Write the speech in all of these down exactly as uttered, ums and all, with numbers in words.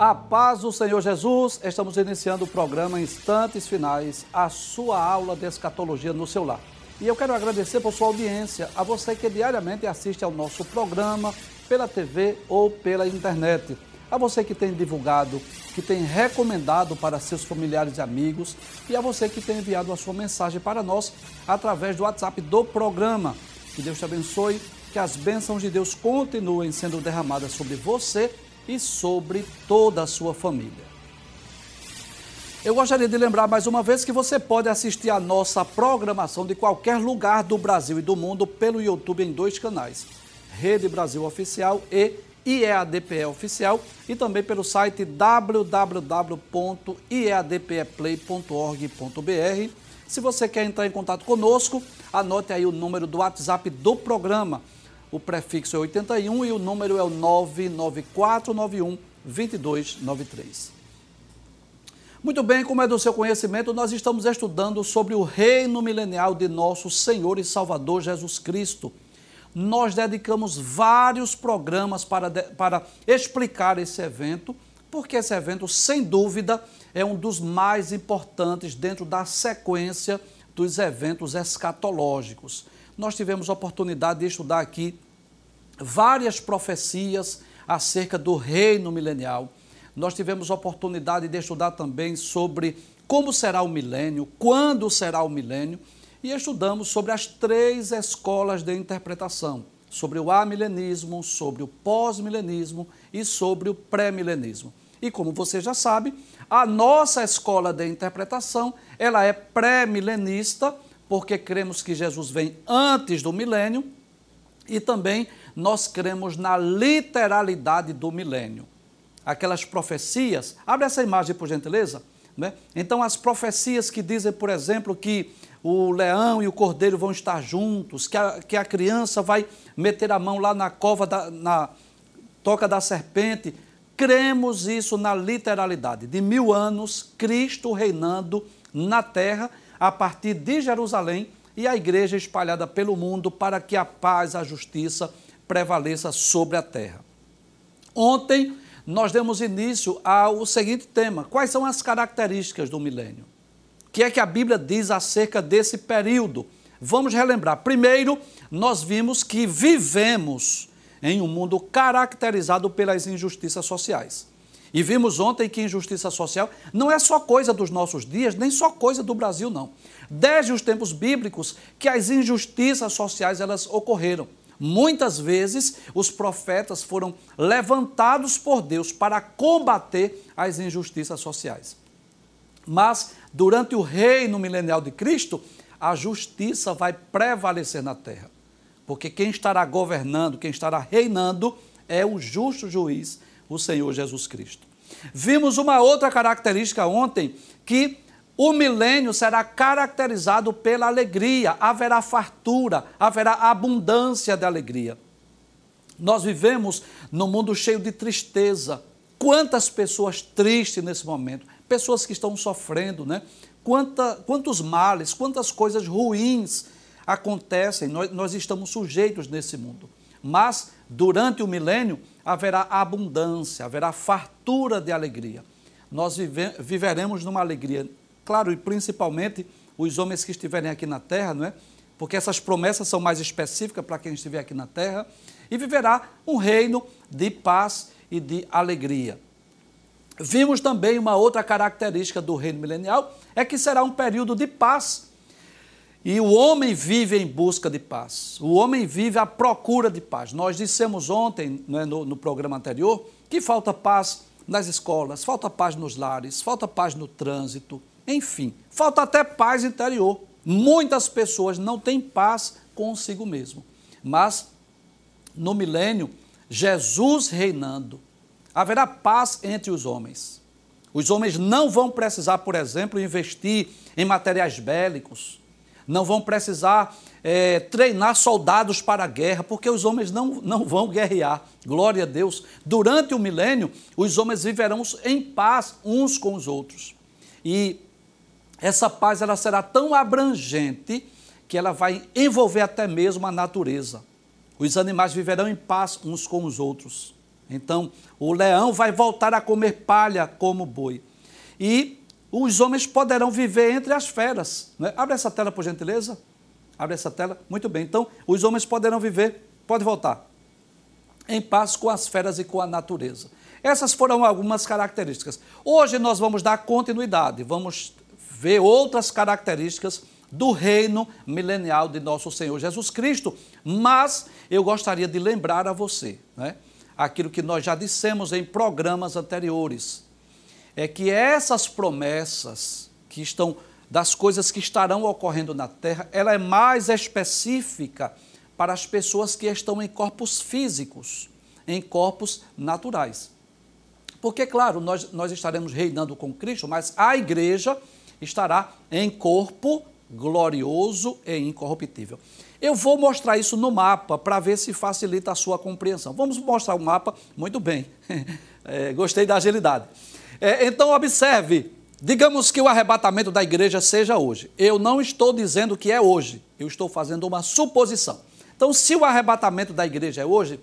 A paz do Senhor Jesus, estamos iniciando o programa Instantes Finais, a sua aula de escatologia no seu lar. E eu quero agradecer por sua audiência, a você que diariamente assiste ao nosso programa pela T V ou pela internet, a você que tem divulgado, que tem recomendado para seus familiares e amigos e a você que tem enviado a sua mensagem para nós através do WhatsApp do programa. Que Deus te abençoe, que as bênçãos de Deus continuem sendo derramadas sobre você e sobre toda a sua família. Eu gostaria de lembrar mais uma vez que você pode assistir a nossa programação de qualquer lugar do Brasil e do mundo pelo YouTube em dois canais, Rede Brasil Oficial e I E A D P E Oficial, e também pelo site w w w ponto i e a d p e play ponto org ponto b r. Se você quer entrar em contato conosco, anote aí o número do WhatsApp do programa. O prefixo é oitenta e um e o número é o nove nove quatro nove um, dois dois nove três. Muito bem, como é do seu conhecimento, nós estamos estudando sobre o reino milenial de nosso Senhor e Salvador Jesus Cristo. Nós dedicamos vários programas para, para explicar esse evento, porque esse evento, sem dúvida, é um dos mais importantes dentro da sequência dos eventos escatológicos. Nós tivemos a oportunidade de estudar aqui várias profecias acerca do reino milenial. Nós tivemos a oportunidade de estudar também sobre como será o milênio, quando será o milênio, e estudamos sobre as três escolas de interpretação, sobre o amilenismo, sobre o pós-milenismo e sobre o pré-milenismo. E como você já sabe, a nossa escola de interpretação, ela é pré-milenista, porque cremos que Jesus vem antes do milênio e também nós cremos na literalidade do milênio. Aquelas profecias, abre essa imagem por gentileza, né? Então as profecias que dizem, por exemplo, que o leão e o cordeiro vão estar juntos, que a, que a criança vai meter a mão lá na cova, da, na toca da serpente, cremos isso na literalidade de mil anos, Cristo reinando na terra, a partir de Jerusalém e a igreja espalhada pelo mundo para que a paz, a justiça prevaleça sobre a terra. Ontem nós demos início ao seguinte tema: quais são as características do milênio? O que é que a Bíblia diz acerca desse período? Vamos relembrar. Primeiro, nós vimos que vivemos em um mundo caracterizado pelas injustiças sociais. E vimos ontem que injustiça social não é só coisa dos nossos dias, nem só coisa do Brasil, não. Desde os tempos bíblicos que as injustiças sociais elas ocorreram. Muitas vezes os profetas foram levantados por Deus para combater as injustiças sociais. Mas durante o reino milenial de Cristo, a justiça vai prevalecer na terra. Porque quem estará governando, quem estará reinando é o justo juiz, o Senhor Jesus Cristo. Vimos uma outra característica ontem, que o milênio será caracterizado pela alegria, haverá fartura, haverá abundância de alegria. Nós vivemos num mundo cheio de tristeza. Quantas pessoas tristes nesse momento, pessoas que estão sofrendo, né? Quanta, quantos males, quantas coisas ruins acontecem, nós, nós estamos sujeitos nesse mundo. Mas, durante o milênio, haverá abundância, haverá fartura de alegria. Nós vive, viveremos numa alegria, claro, e principalmente os homens que estiverem aqui na terra, não é? Porque essas promessas são mais específicas para quem estiver aqui na terra, e viverá um reino de paz e de alegria. Vimos também uma outra característica do reino milenial, é que será um período de paz. E o homem vive em busca de paz, o homem vive à procura de paz. Nós dissemos ontem, né, no, no programa anterior, que falta paz nas escolas, falta paz nos lares, falta paz no trânsito, enfim, falta até paz interior. Muitas pessoas não têm paz consigo mesmo, mas no milênio, Jesus reinando, haverá paz entre os homens. Os homens não vão precisar, por exemplo, investir em materiais bélicos, não vão precisar é, treinar soldados para a guerra, porque os homens não, não vão guerrear. Glória a Deus. Durante o milênio, os homens viverão em paz uns com os outros. E essa paz ela será tão abrangente que ela vai envolver até mesmo a natureza. Os animais viverão em paz uns com os outros. Então, o leão vai voltar a comer palha como boi. E os homens poderão viver entre as feras. Né? Abre essa tela, por gentileza. Abre essa tela. Muito bem. Então, os homens poderão viver, pode voltar, em paz com as feras e com a natureza. Essas foram algumas características. Hoje nós vamos dar continuidade, vamos ver outras características do reino milenial de nosso Senhor Jesus Cristo, mas eu gostaria de lembrar a você, né, aquilo que nós já dissemos em programas anteriores, é que essas promessas que estão, das coisas que estarão ocorrendo na terra, ela é mais específica para as pessoas que estão em corpos físicos, em corpos naturais. Porque, claro, nós, nós estaremos reinando com Cristo, mas a igreja estará em corpo glorioso e incorruptível. Eu vou mostrar isso no mapa para ver se facilita a sua compreensão. Vamos mostrar o mapa? Muito bem. É, gostei da agilidade. É, então, observe. Digamos que o arrebatamento da igreja seja hoje. Eu não estou dizendo que é hoje. Eu estou fazendo uma suposição. Então, se o arrebatamento da igreja é hoje,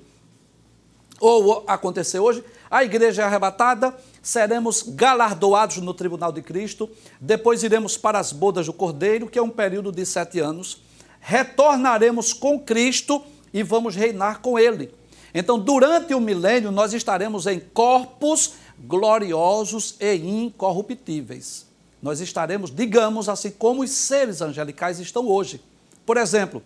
ou acontecer hoje, a igreja é arrebatada, seremos galardoados no tribunal de Cristo, depois iremos para as bodas do Cordeiro, que é um período de sete anos, retornaremos com Cristo e vamos reinar com Ele. Então, durante o milênio, nós estaremos em corpos gloriosos e incorruptíveis. Nós estaremos, digamos assim, como os seres angelicais estão hoje. Por exemplo,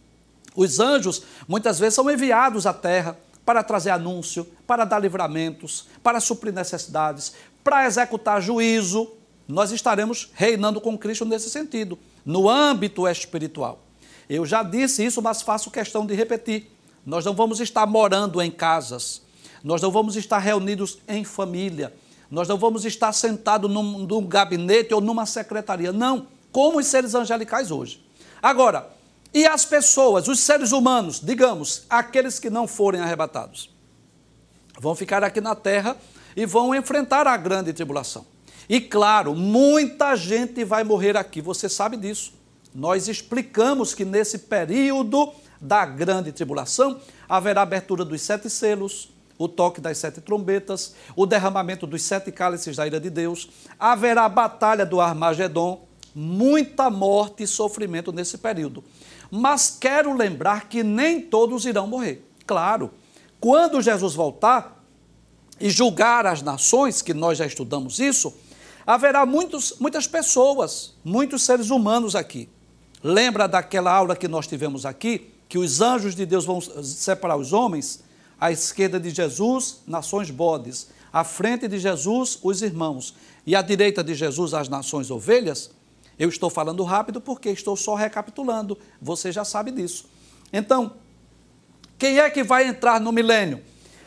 os anjos muitas vezes são enviados à terra para trazer anúncio, para dar livramentos, para suprir necessidades, para executar juízo. Nós estaremos reinando com Cristo nesse sentido, no âmbito espiritual. Eu já disse isso, mas faço questão de repetir. Nós não vamos estar morando em casas, nós não vamos estar reunidos em família, nós não vamos estar sentados num, num gabinete ou numa secretaria, não, como os seres angelicais hoje. Agora, e as pessoas, os seres humanos, digamos, aqueles que não forem arrebatados, vão ficar aqui na terra e vão enfrentar a grande tribulação. E claro, muita gente vai morrer aqui, você sabe disso. Nós explicamos que nesse período da grande tribulação haverá abertura dos sete selos, o toque das sete trombetas, o derramamento dos sete cálices da ira de Deus, haverá a batalha do Armagedon, muita morte e sofrimento nesse período. Mas quero lembrar que nem todos irão morrer. Claro, quando Jesus voltar e julgar as nações, que nós já estudamos isso, haverá muitos, muitas pessoas, muitos seres humanos aqui. Lembra daquela aula que nós tivemos aqui, que os anjos de Deus vão separar os homens? À esquerda de Jesus, nações bodes. À frente de Jesus, os irmãos. E à direita de Jesus, as nações ovelhas. Eu estou falando rápido porque estou só recapitulando. Você já sabe disso. Então, quem é que vai entrar no milênio?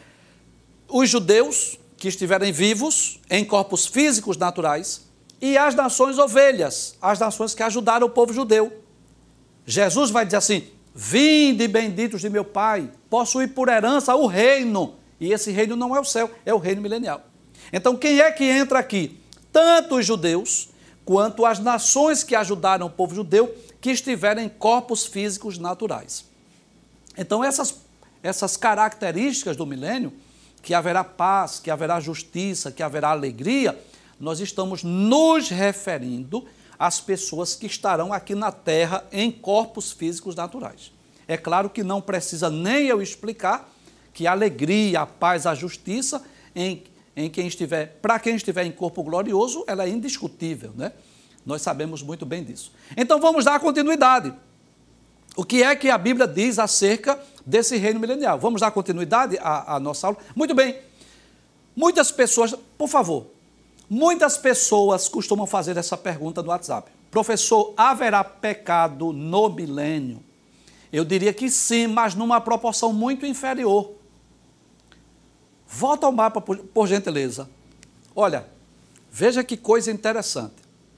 Os judeus que estiverem vivos, em corpos físicos naturais, e as nações ovelhas, as nações que ajudaram o povo judeu. Jesus vai dizer assim: vinde benditos de meu Pai, possuir por herança o reino. E esse reino não é o céu, é o reino milenial. Então, quem é que entra aqui? Tanto os judeus, quanto as nações que ajudaram o povo judeu, que estiverem em corpos físicos naturais. Então, essas, essas características do milênio, que haverá paz, que haverá justiça, que haverá alegria, nós estamos nos referindo às pessoas que estarão aqui na terra em corpos físicos naturais. É claro que não precisa nem eu explicar que a alegria, a paz, a justiça, em, em quem estiver, para quem estiver em corpo glorioso, ela é indiscutível, né? Nós sabemos muito bem disso. Então vamos dar continuidade. O que é que a Bíblia diz acerca desse reino milenial? Vamos dar continuidade à, à nossa aula? Muito bem. Muitas pessoas, por favor, muitas pessoas costumam fazer essa pergunta no WhatsApp. Professor, haverá pecado no milênio? Eu diria que sim, mas numa proporção muito inferior. Volta ao mapa, por, por gentileza. Olha, veja que coisa interessante.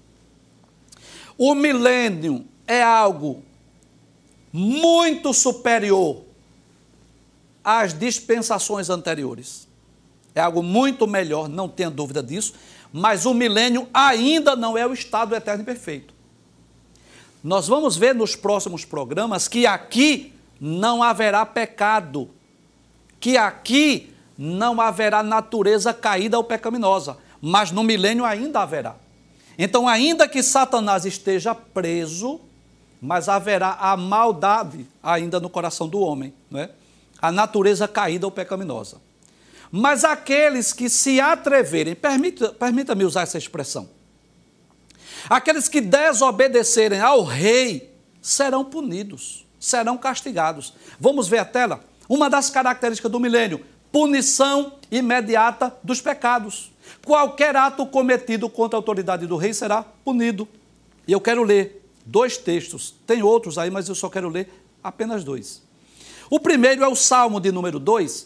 O milênio é algo muito superior às dispensações anteriores. É algo muito melhor, não tenha dúvida disso, mas o milênio ainda não é o estado eterno e perfeito. Nós vamos ver nos próximos programas que aqui não haverá pecado, que aqui não haverá natureza caída ou pecaminosa, mas no milênio ainda haverá. Então, ainda que Satanás esteja preso, mas haverá a maldade ainda no coração do homem, não é? A natureza caída ou pecaminosa. Mas aqueles que se atreverem, permita, permita-me usar essa expressão, aqueles que desobedecerem ao rei serão punidos, serão castigados. Vamos ver a tela? Uma das características do milênio, punição imediata dos pecados. Qualquer ato cometido contra a autoridade do rei será punido. E eu quero ler dois textos, tem outros aí, mas eu só quero ler apenas dois. O primeiro é o Salmo de número dois,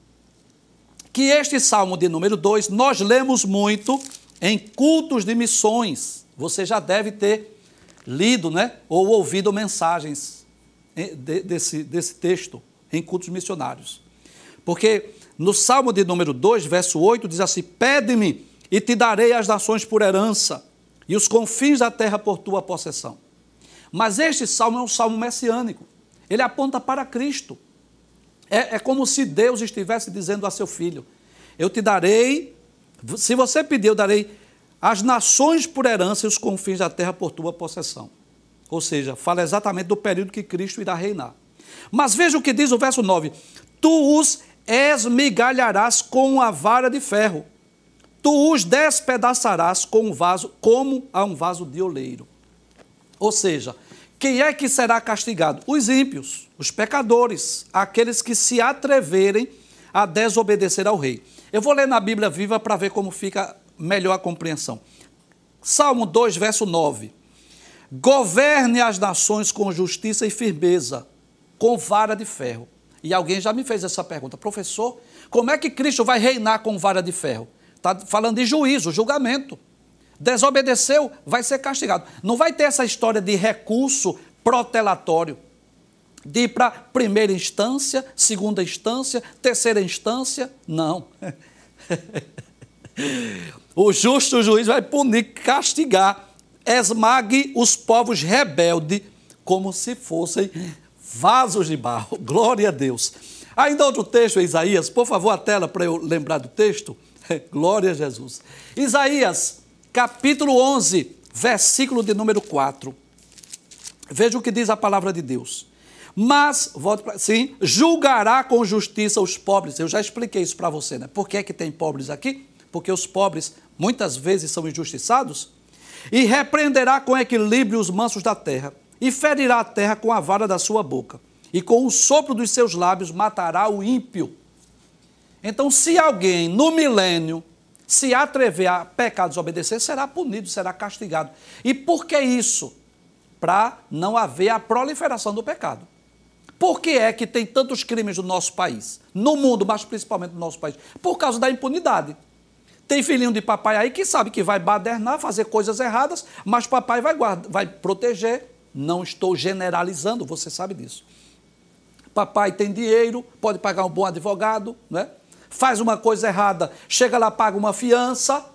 que este Salmo de número dois nós lemos muito em cultos de missões. Você já deve ter lido, né, ou ouvido mensagens desse, desse texto em cultos missionários. Porque no Salmo de número dois, verso oito, diz assim: pede-me e te darei as nações por herança e os confins da terra por tua possessão. Mas este salmo é um salmo messiânico. Ele aponta para Cristo. É, é como se Deus estivesse dizendo a seu filho: eu te darei, se você pedir, eu darei as nações por herança e os confins da terra por tua possessão. Ou seja, fala exatamente do período que Cristo irá reinar. Mas veja o que diz o verso nove: tu os esmigalharás com a vara de ferro, tu os despedaçarás com um vaso, como a um vaso de oleiro. Ou seja, quem é que será castigado? Os ímpios, os pecadores, aqueles que se atreverem a desobedecer ao rei. Eu vou ler na Bíblia Viva para ver como fica melhor a compreensão. Salmo dois, verso nove. Governe as nações com justiça e firmeza, com vara de ferro. E alguém já me fez essa pergunta: professor, como é que Cristo vai reinar com vara de ferro? Está falando de juízo, julgamento. Desobedeceu, vai ser castigado. Não vai ter essa história de recurso protelatório, de ir para primeira instância, segunda instância, terceira instância. Não. O justo juiz vai punir, castigar, esmague os povos rebeldes como se fossem vasos de barro. Glória a Deus. Ainda outro texto, Isaías, por favor, a tela para eu lembrar do texto. Glória a Jesus. Isaías, capítulo onze, versículo de número quatro. Veja o que diz a palavra de Deus. Mas, volto para, sim, julgará com justiça os pobres. Eu já expliquei isso para você, né? Por que é que tem pobres aqui? Porque os pobres muitas vezes são injustiçados. E repreenderá com equilíbrio os mansos da terra, e ferirá a terra com a vara da sua boca, e com o sopro dos seus lábios matará o ímpio. Então, se alguém no milênio se atrever a pecar, desobedecer, será punido, será castigado. E por que isso? Para não haver a proliferação do pecado. Por que é que tem tantos crimes no nosso país? No mundo, mas principalmente no nosso país. Por causa da impunidade. Tem filhinho de papai aí que sabe que vai badernar, fazer coisas erradas, mas papai vai, guardar, vai proteger. Não estou generalizando, você sabe disso. Papai tem dinheiro, pode pagar um bom advogado, né? Faz uma coisa errada, chega lá, paga uma fiança.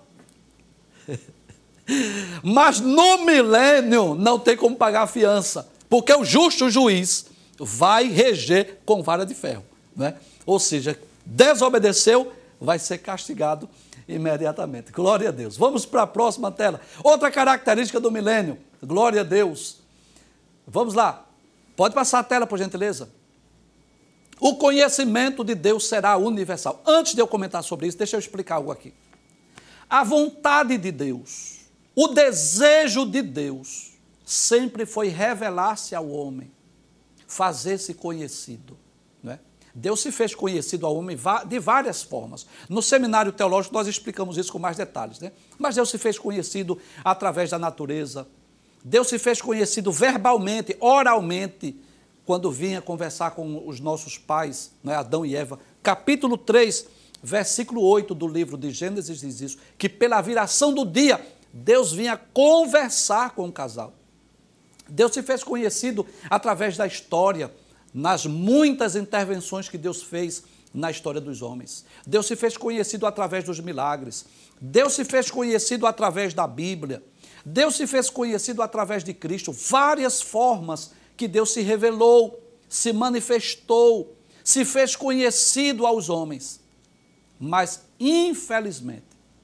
Mas no milênio não tem como pagar a fiança, porque o justo juiz vai reger com vara de ferro, né? Ou seja, desobedeceu, vai ser castigado imediatamente. Glória a Deus. Vamos para a próxima tela. Outra característica do milênio. Glória a Deus. Vamos lá. Pode passar a tela, por gentileza. O conhecimento de Deus será universal. Antes de eu comentar sobre isso, deixa eu explicar algo aqui. A vontade de Deus, o desejo de Deus, sempre foi revelar-se ao homem, fazer-se conhecido, né? Deus se fez conhecido ao homem de várias formas. No seminário teológico nós explicamos isso com mais detalhes, né? Mas Deus se fez conhecido através da natureza. Deus se fez conhecido verbalmente, oralmente, quando vinha conversar com os nossos pais, né, Adão e Eva. Capítulo três, versículo oito do livro de Gênesis diz isso, que pela viração do dia, Deus vinha conversar com o casal. Deus se fez conhecido através da história, nas muitas intervenções que Deus fez na história dos homens. Deus se fez conhecido através dos milagres. Deus se fez conhecido através da Bíblia. Deus se fez conhecido através de Cristo. Várias formas que Deus se revelou, se manifestou, se fez conhecido aos homens. Mas, infelizmente,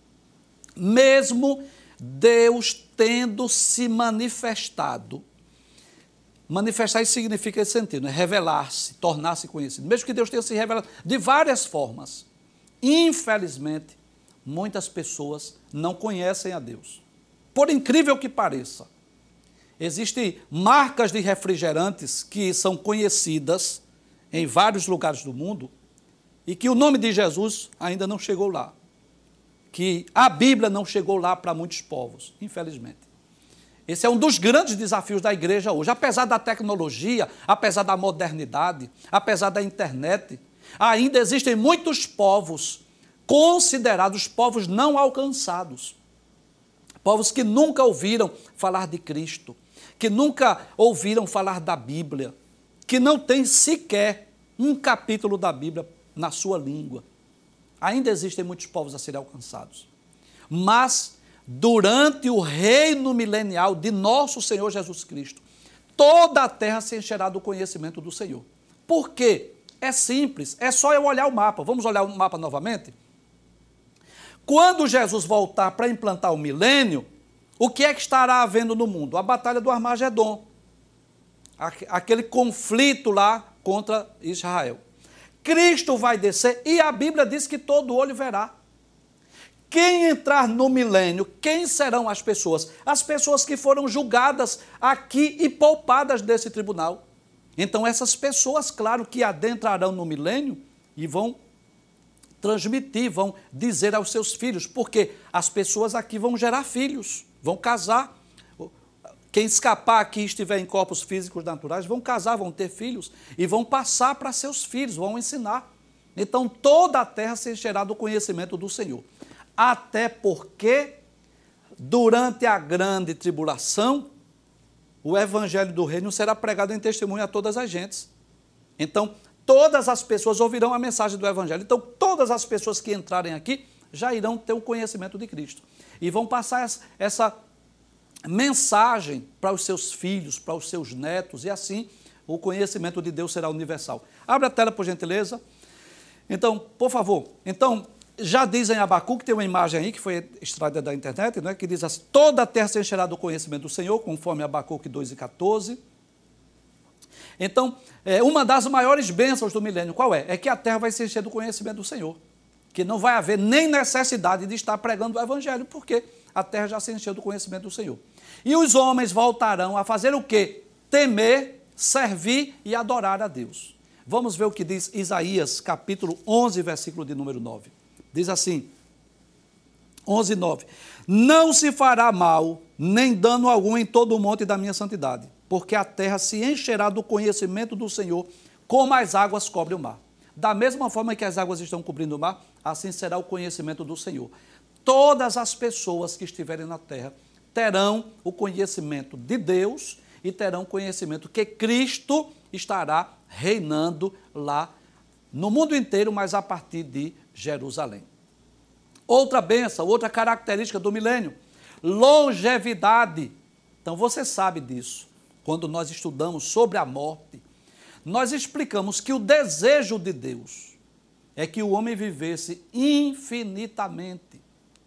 mesmo Deus tendo se manifestado, manifestar isso significa esse sentido, né? Revelar-se, tornar-se conhecido. Mesmo que Deus tenha se revelado de várias formas, infelizmente, muitas pessoas não conhecem a Deus. Por incrível que pareça, existem marcas de refrigerantes que são conhecidas em vários lugares do mundo e que o nome de Jesus ainda não chegou lá. Que a Bíblia não chegou lá para muitos povos, infelizmente. Esse é um dos grandes desafios da igreja hoje. Apesar da tecnologia, apesar da modernidade, apesar da internet, ainda existem muitos povos considerados povos não alcançados. Povos que nunca ouviram falar de Cristo, que nunca ouviram falar da Bíblia, que não têm sequer um capítulo da Bíblia na sua língua. Ainda existem muitos povos a serem alcançados. Mas, durante o reino milenial de nosso Senhor Jesus Cristo, toda a terra se encherá do conhecimento do Senhor. Por quê? É simples, é só eu olhar o mapa. Vamos olhar o mapa novamente? Quando Jesus voltar para implantar o milênio, o que é que estará havendo no mundo? A batalha do Armagedon, aquele conflito lá contra Israel. Cristo vai descer e a Bíblia diz que todo olho verá. Quem entrar no milênio, quem serão as pessoas? As pessoas que foram julgadas aqui e poupadas desse tribunal. Então essas pessoas, claro, que adentrarão no milênio e vão transmitir, vão dizer aos seus filhos, porque as pessoas aqui vão gerar filhos, vão casar. Quem escapar aqui e estiver em corpos físicos naturais, vão casar, vão ter filhos e vão passar para seus filhos, vão ensinar. Então toda a terra se encherá do conhecimento do Senhor. Até porque, durante a grande tribulação, o evangelho do reino será pregado em testemunho a todas as gentes. Então, todas as pessoas ouvirão a mensagem do evangelho. Então, todas as pessoas que entrarem aqui já irão ter o conhecimento de Cristo. E vão passar essa mensagem para os seus filhos, para os seus netos, e assim o conhecimento de Deus será universal. Abre a tela, por gentileza. Então, por favor, então, já diz em Abacuque, tem uma imagem aí que foi extraída da internet, né, que diz assim, toda a terra se encherá do conhecimento do Senhor, conforme Abacuque dois e quatorze. Então, é, uma das maiores bênçãos do milênio, qual é? É que a terra vai se encher do conhecimento do Senhor, que não vai haver nem necessidade de estar pregando o evangelho, porque a terra já se encheu do conhecimento do Senhor. E os homens voltarão a fazer o quê? Temer, servir e adorar a Deus. Vamos ver o que diz Isaías, capítulo onze, versículo de número nove. Diz assim, onze, nove. Não se fará mal, nem dano algum em todo o monte da minha santidade, porque a terra se encherá do conhecimento do Senhor, como as águas cobrem o mar. Da mesma forma que as águas estão cobrindo o mar, assim será o conhecimento do Senhor. Todas as pessoas que estiverem na terra terão o conhecimento de Deus e terão conhecimento que Cristo estará reinando lá no mundo inteiro, mas a partir de Jerusalém. Outra bênção, outra característica do milênio, longevidade. Então você sabe disso. Quando nós estudamos sobre a morte, nós explicamos que o desejo de Deus é que o homem vivesse infinitamente.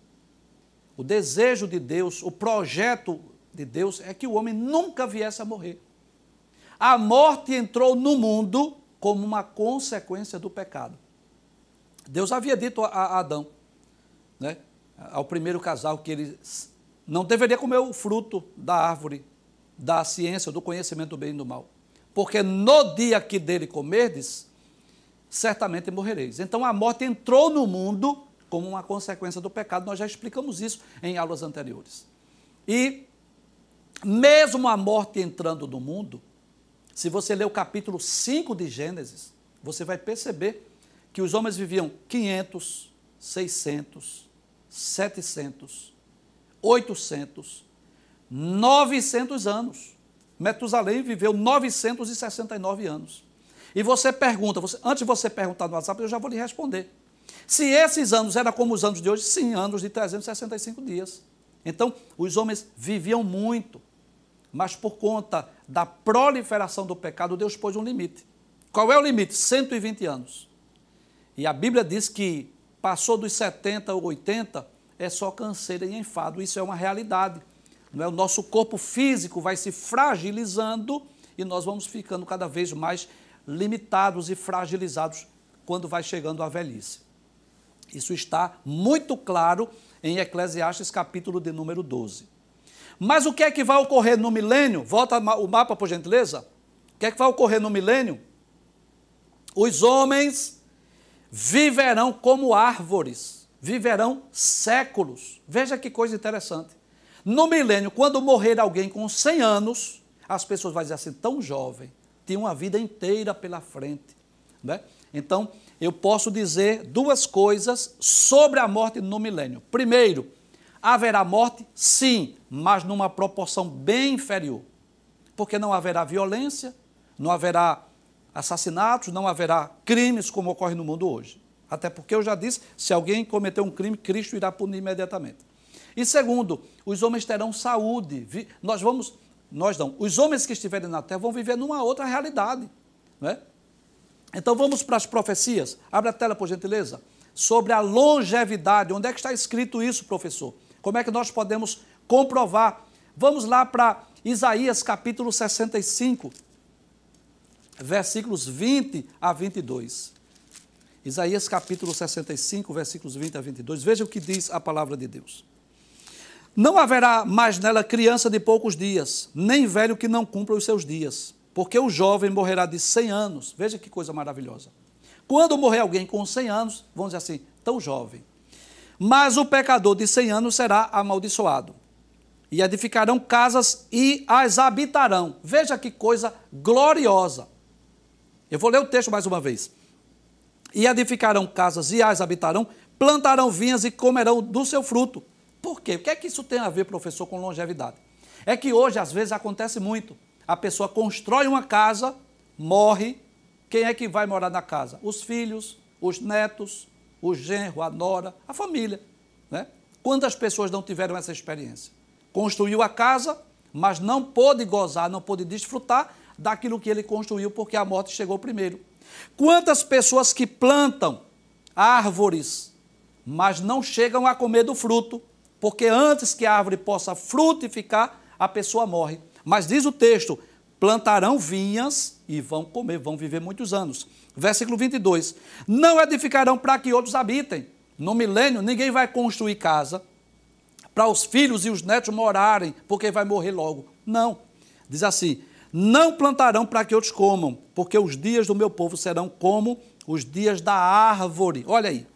O desejo de Deus, o projeto de Deus é que o homem nunca viesse a morrer. A morte entrou no mundo como uma consequência do pecado. Deus havia dito a Adão, né, ao primeiro casal, que ele não deveria comer o fruto da árvore, da ciência, do conhecimento do bem e do mal. Porque no dia que dele comerdes, certamente morrereis. Então a morte entrou no mundo como uma consequência do pecado. Nós já explicamos isso em aulas anteriores. E mesmo a morte entrando no mundo, se você ler o capítulo cinco de Gênesis, você vai perceber que os homens viviam quinhentos, seiscentos, setecentos, oitocentos, novecentos anos. Metusalém viveu novecentos e sessenta e nove anos. E você pergunta, você, antes de você perguntar no WhatsApp, eu já vou lhe responder. Se esses anos eram como os anos de hoje, sim, anos de trezentos e sessenta e cinco dias. Então, os homens viviam muito, mas por conta da proliferação do pecado, Deus pôs um limite. Qual é o limite? cento e vinte anos. E a Bíblia diz que passou dos setenta ou oitenta, é só canseira e enfado. Isso é uma realidade. Não é? O nosso corpo físico vai se fragilizando e nós vamos ficando cada vez mais limitados e fragilizados quando vai chegando a velhice. Isso está muito claro em Eclesiastes, capítulo de número doze. Mas o que é que vai ocorrer no milênio? Volta o mapa, por gentileza. O que é que vai ocorrer no milênio? Os homens viverão como árvores, viverão séculos. Veja que coisa interessante. No milênio, quando morrer alguém com cem anos, as pessoas vão dizer assim, tão jovem, tinha uma vida inteira pela frente. Né? Então, eu posso dizer duas coisas sobre a morte no milênio. Primeiro, haverá morte? Sim, mas numa proporção bem inferior. Porque não haverá violência, não haverá assassinatos, não haverá crimes como ocorre no mundo hoje. Até porque eu já disse, se alguém cometer um crime, Cristo irá punir imediatamente. E segundo, os homens terão saúde. Nós vamos, nós não, os homens que estiverem na terra vão viver numa outra realidade. Não é? Então vamos para as profecias. Abre a tela, por gentileza. Sobre a longevidade. Onde é que está escrito isso, professor? Como é que nós podemos comprovar? Vamos lá para Isaías capítulo sessenta e cinco, versículos vinte a vinte e dois. Isaías capítulo sessenta e cinco, versículos vinte a vinte e dois. Veja o que diz a palavra de Deus. Não haverá mais nela criança de poucos dias, nem velho que não cumpra os seus dias, porque o jovem morrerá de cem anos. Veja que coisa maravilhosa. Quando morrer alguém com cem anos, vamos dizer assim, tão jovem. Mas o pecador de cem anos será amaldiçoado. E edificarão casas e as habitarão. Veja que coisa gloriosa. Eu vou ler o texto mais uma vez. E edificarão casas e as habitarão, plantarão vinhas e comerão do seu fruto. Por quê? O que é que isso tem a ver, professor, com longevidade? É que hoje, às vezes, acontece muito. A pessoa constrói uma casa, morre. Quem é que vai morar na casa? Os filhos, os netos, o genro, a nora, a família. Né? Quantas pessoas não tiveram essa experiência? Construiu a casa, mas não pôde gozar, não pôde desfrutar daquilo que ele construiu, porque a morte chegou primeiro. Quantas pessoas que plantam árvores, mas não chegam a comer do fruto, porque antes que a árvore possa frutificar, a pessoa morre. Mas diz o texto, plantarão vinhas e vão comer, vão viver muitos anos. Versículo vinte e dois, não edificarão para que outros habitem. No milênio, ninguém vai construir casa para os filhos e os netos morarem, porque vai morrer logo. Não. Diz assim, não plantarão para que outros comam, porque os dias do meu povo serão como os dias da árvore. Olha aí.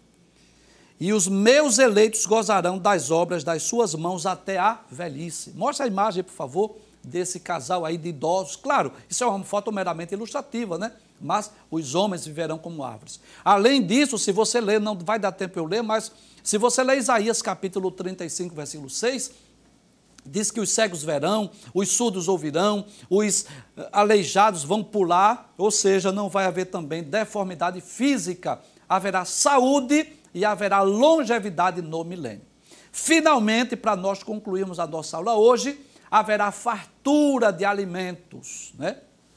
E os meus eleitos gozarão das obras das suas mãos até a velhice. Mostra a imagem, por favor, desse casal aí de idosos. Claro, isso é uma foto meramente ilustrativa, né? Mas os homens viverão como árvores. Além disso, se você ler, não vai dar tempo eu ler, mas se você ler Isaías capítulo trinta e cinco, versículo seis, diz que os cegos verão, os surdos ouvirão, os aleijados vão pular, ou seja, não vai haver também deformidade física, haverá saúde e haverá longevidade no milênio. Finalmente, para nós concluirmos a nossa aula hoje, haverá fartura de alimentos, né?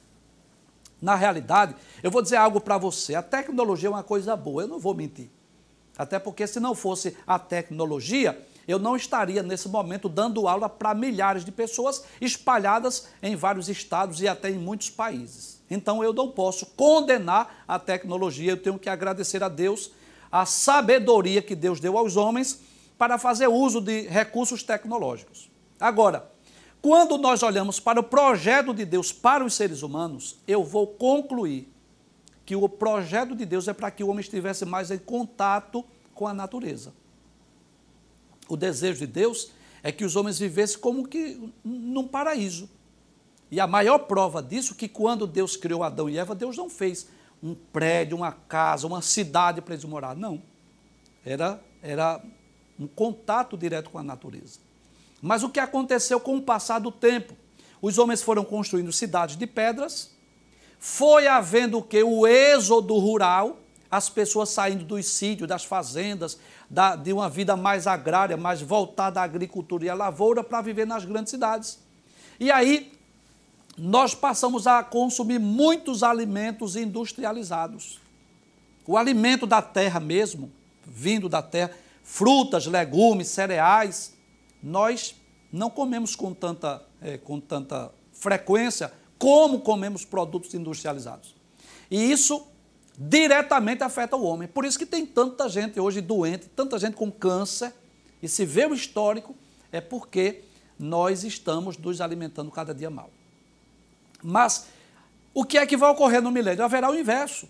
Na realidade, eu vou dizer algo para você, a tecnologia é uma coisa boa, eu não vou mentir. Até porque se não fosse a tecnologia, eu não estaria nesse momento dando aula para milhares de pessoas espalhadas em vários estados e até em muitos países. Então eu não posso condenar a tecnologia, eu tenho que agradecer a Deus a sabedoria que Deus deu aos homens para fazer uso de recursos tecnológicos. Agora, quando nós olhamos para o projeto de Deus para os seres humanos, eu vou concluir que o projeto de Deus é para que o homem estivesse mais em contato com a natureza. O desejo de Deus é que os homens vivessem como que num paraíso. E a maior prova disso é que quando Deus criou Adão e Eva, Deus não fez um prédio, uma casa, uma cidade para eles morar. Não. Era, era um contato direto com a natureza. Mas o que aconteceu com o passar do tempo? Os homens foram construindo cidades de pedras, foi havendo o quê? O êxodo rural, as pessoas saindo dos sítios, das fazendas, da, de uma vida mais agrária, mais voltada à agricultura e à lavoura, para viver nas grandes cidades. E aí, nós passamos a consumir muitos alimentos industrializados. O alimento da terra mesmo vindo da terra, frutas, legumes, cereais, nós não comemos com tanta, é, com tanta frequência como comemos produtos industrializados. E isso diretamente afeta o homem. Por isso que tem tanta gente hoje doente, tanta gente com câncer, e se vê o histórico, é porque nós estamos nos alimentando cada dia mal. Mas o que é que vai ocorrer no milênio? Haverá o inverso.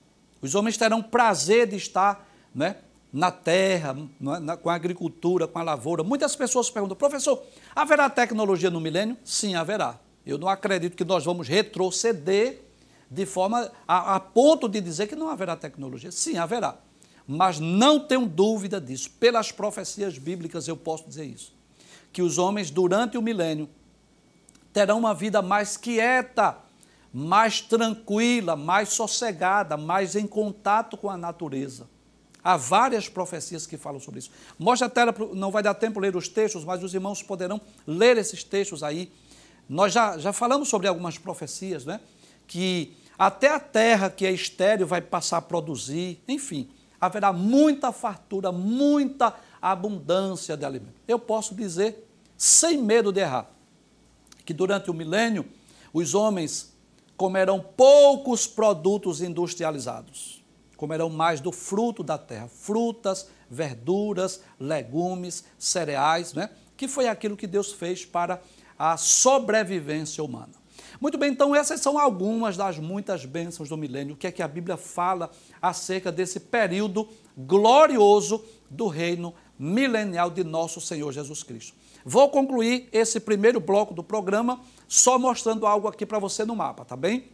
Os homens terão prazer de estar, né, na terra, na, com a agricultura, com a lavoura. Muitas pessoas perguntam, professor, haverá tecnologia no milênio? Sim, haverá. Eu não acredito que nós vamos retroceder de forma a, a ponto de dizer que não haverá tecnologia. Sim, haverá. Mas não tenho dúvida disso. Pelas profecias bíblicas eu posso dizer isso. Que os homens, durante o milênio, terão uma vida mais quieta, mais tranquila, mais sossegada, mais em contato com a natureza. Há várias profecias que falam sobre isso. Mostra a tela, não vai dar tempo ler os textos, mas os irmãos poderão ler esses textos aí. Nós já, já falamos sobre algumas profecias, né? Que até a terra que é estéril vai passar a produzir, enfim, haverá muita fartura, muita abundância de alimento. Eu posso dizer, sem medo de errar, que durante o milênio os homens comerão poucos produtos industrializados, comerão mais do fruto da terra, frutas, verduras, legumes, cereais, né? Que foi aquilo que Deus fez para a sobrevivência humana. Muito bem, então essas são algumas das muitas bênçãos do milênio, o que é que a Bíblia fala acerca desse período glorioso do reino milenial de nosso Senhor Jesus Cristo. Vou concluir esse primeiro bloco do programa só mostrando algo aqui para você no mapa, tá bem?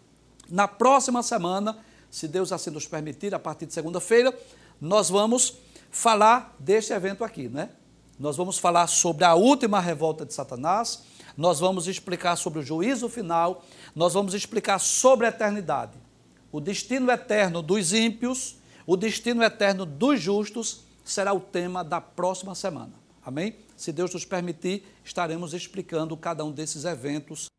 Na próxima semana, se Deus assim nos permitir, a partir de segunda-feira, nós vamos falar deste evento aqui, né? Nós vamos falar sobre a última revolta de Satanás, nós vamos explicar sobre o juízo final, nós vamos explicar sobre a eternidade, o destino eterno dos ímpios, o destino eterno dos justos, será o tema da próxima semana, amém? Se Deus nos permitir, estaremos explicando cada um desses eventos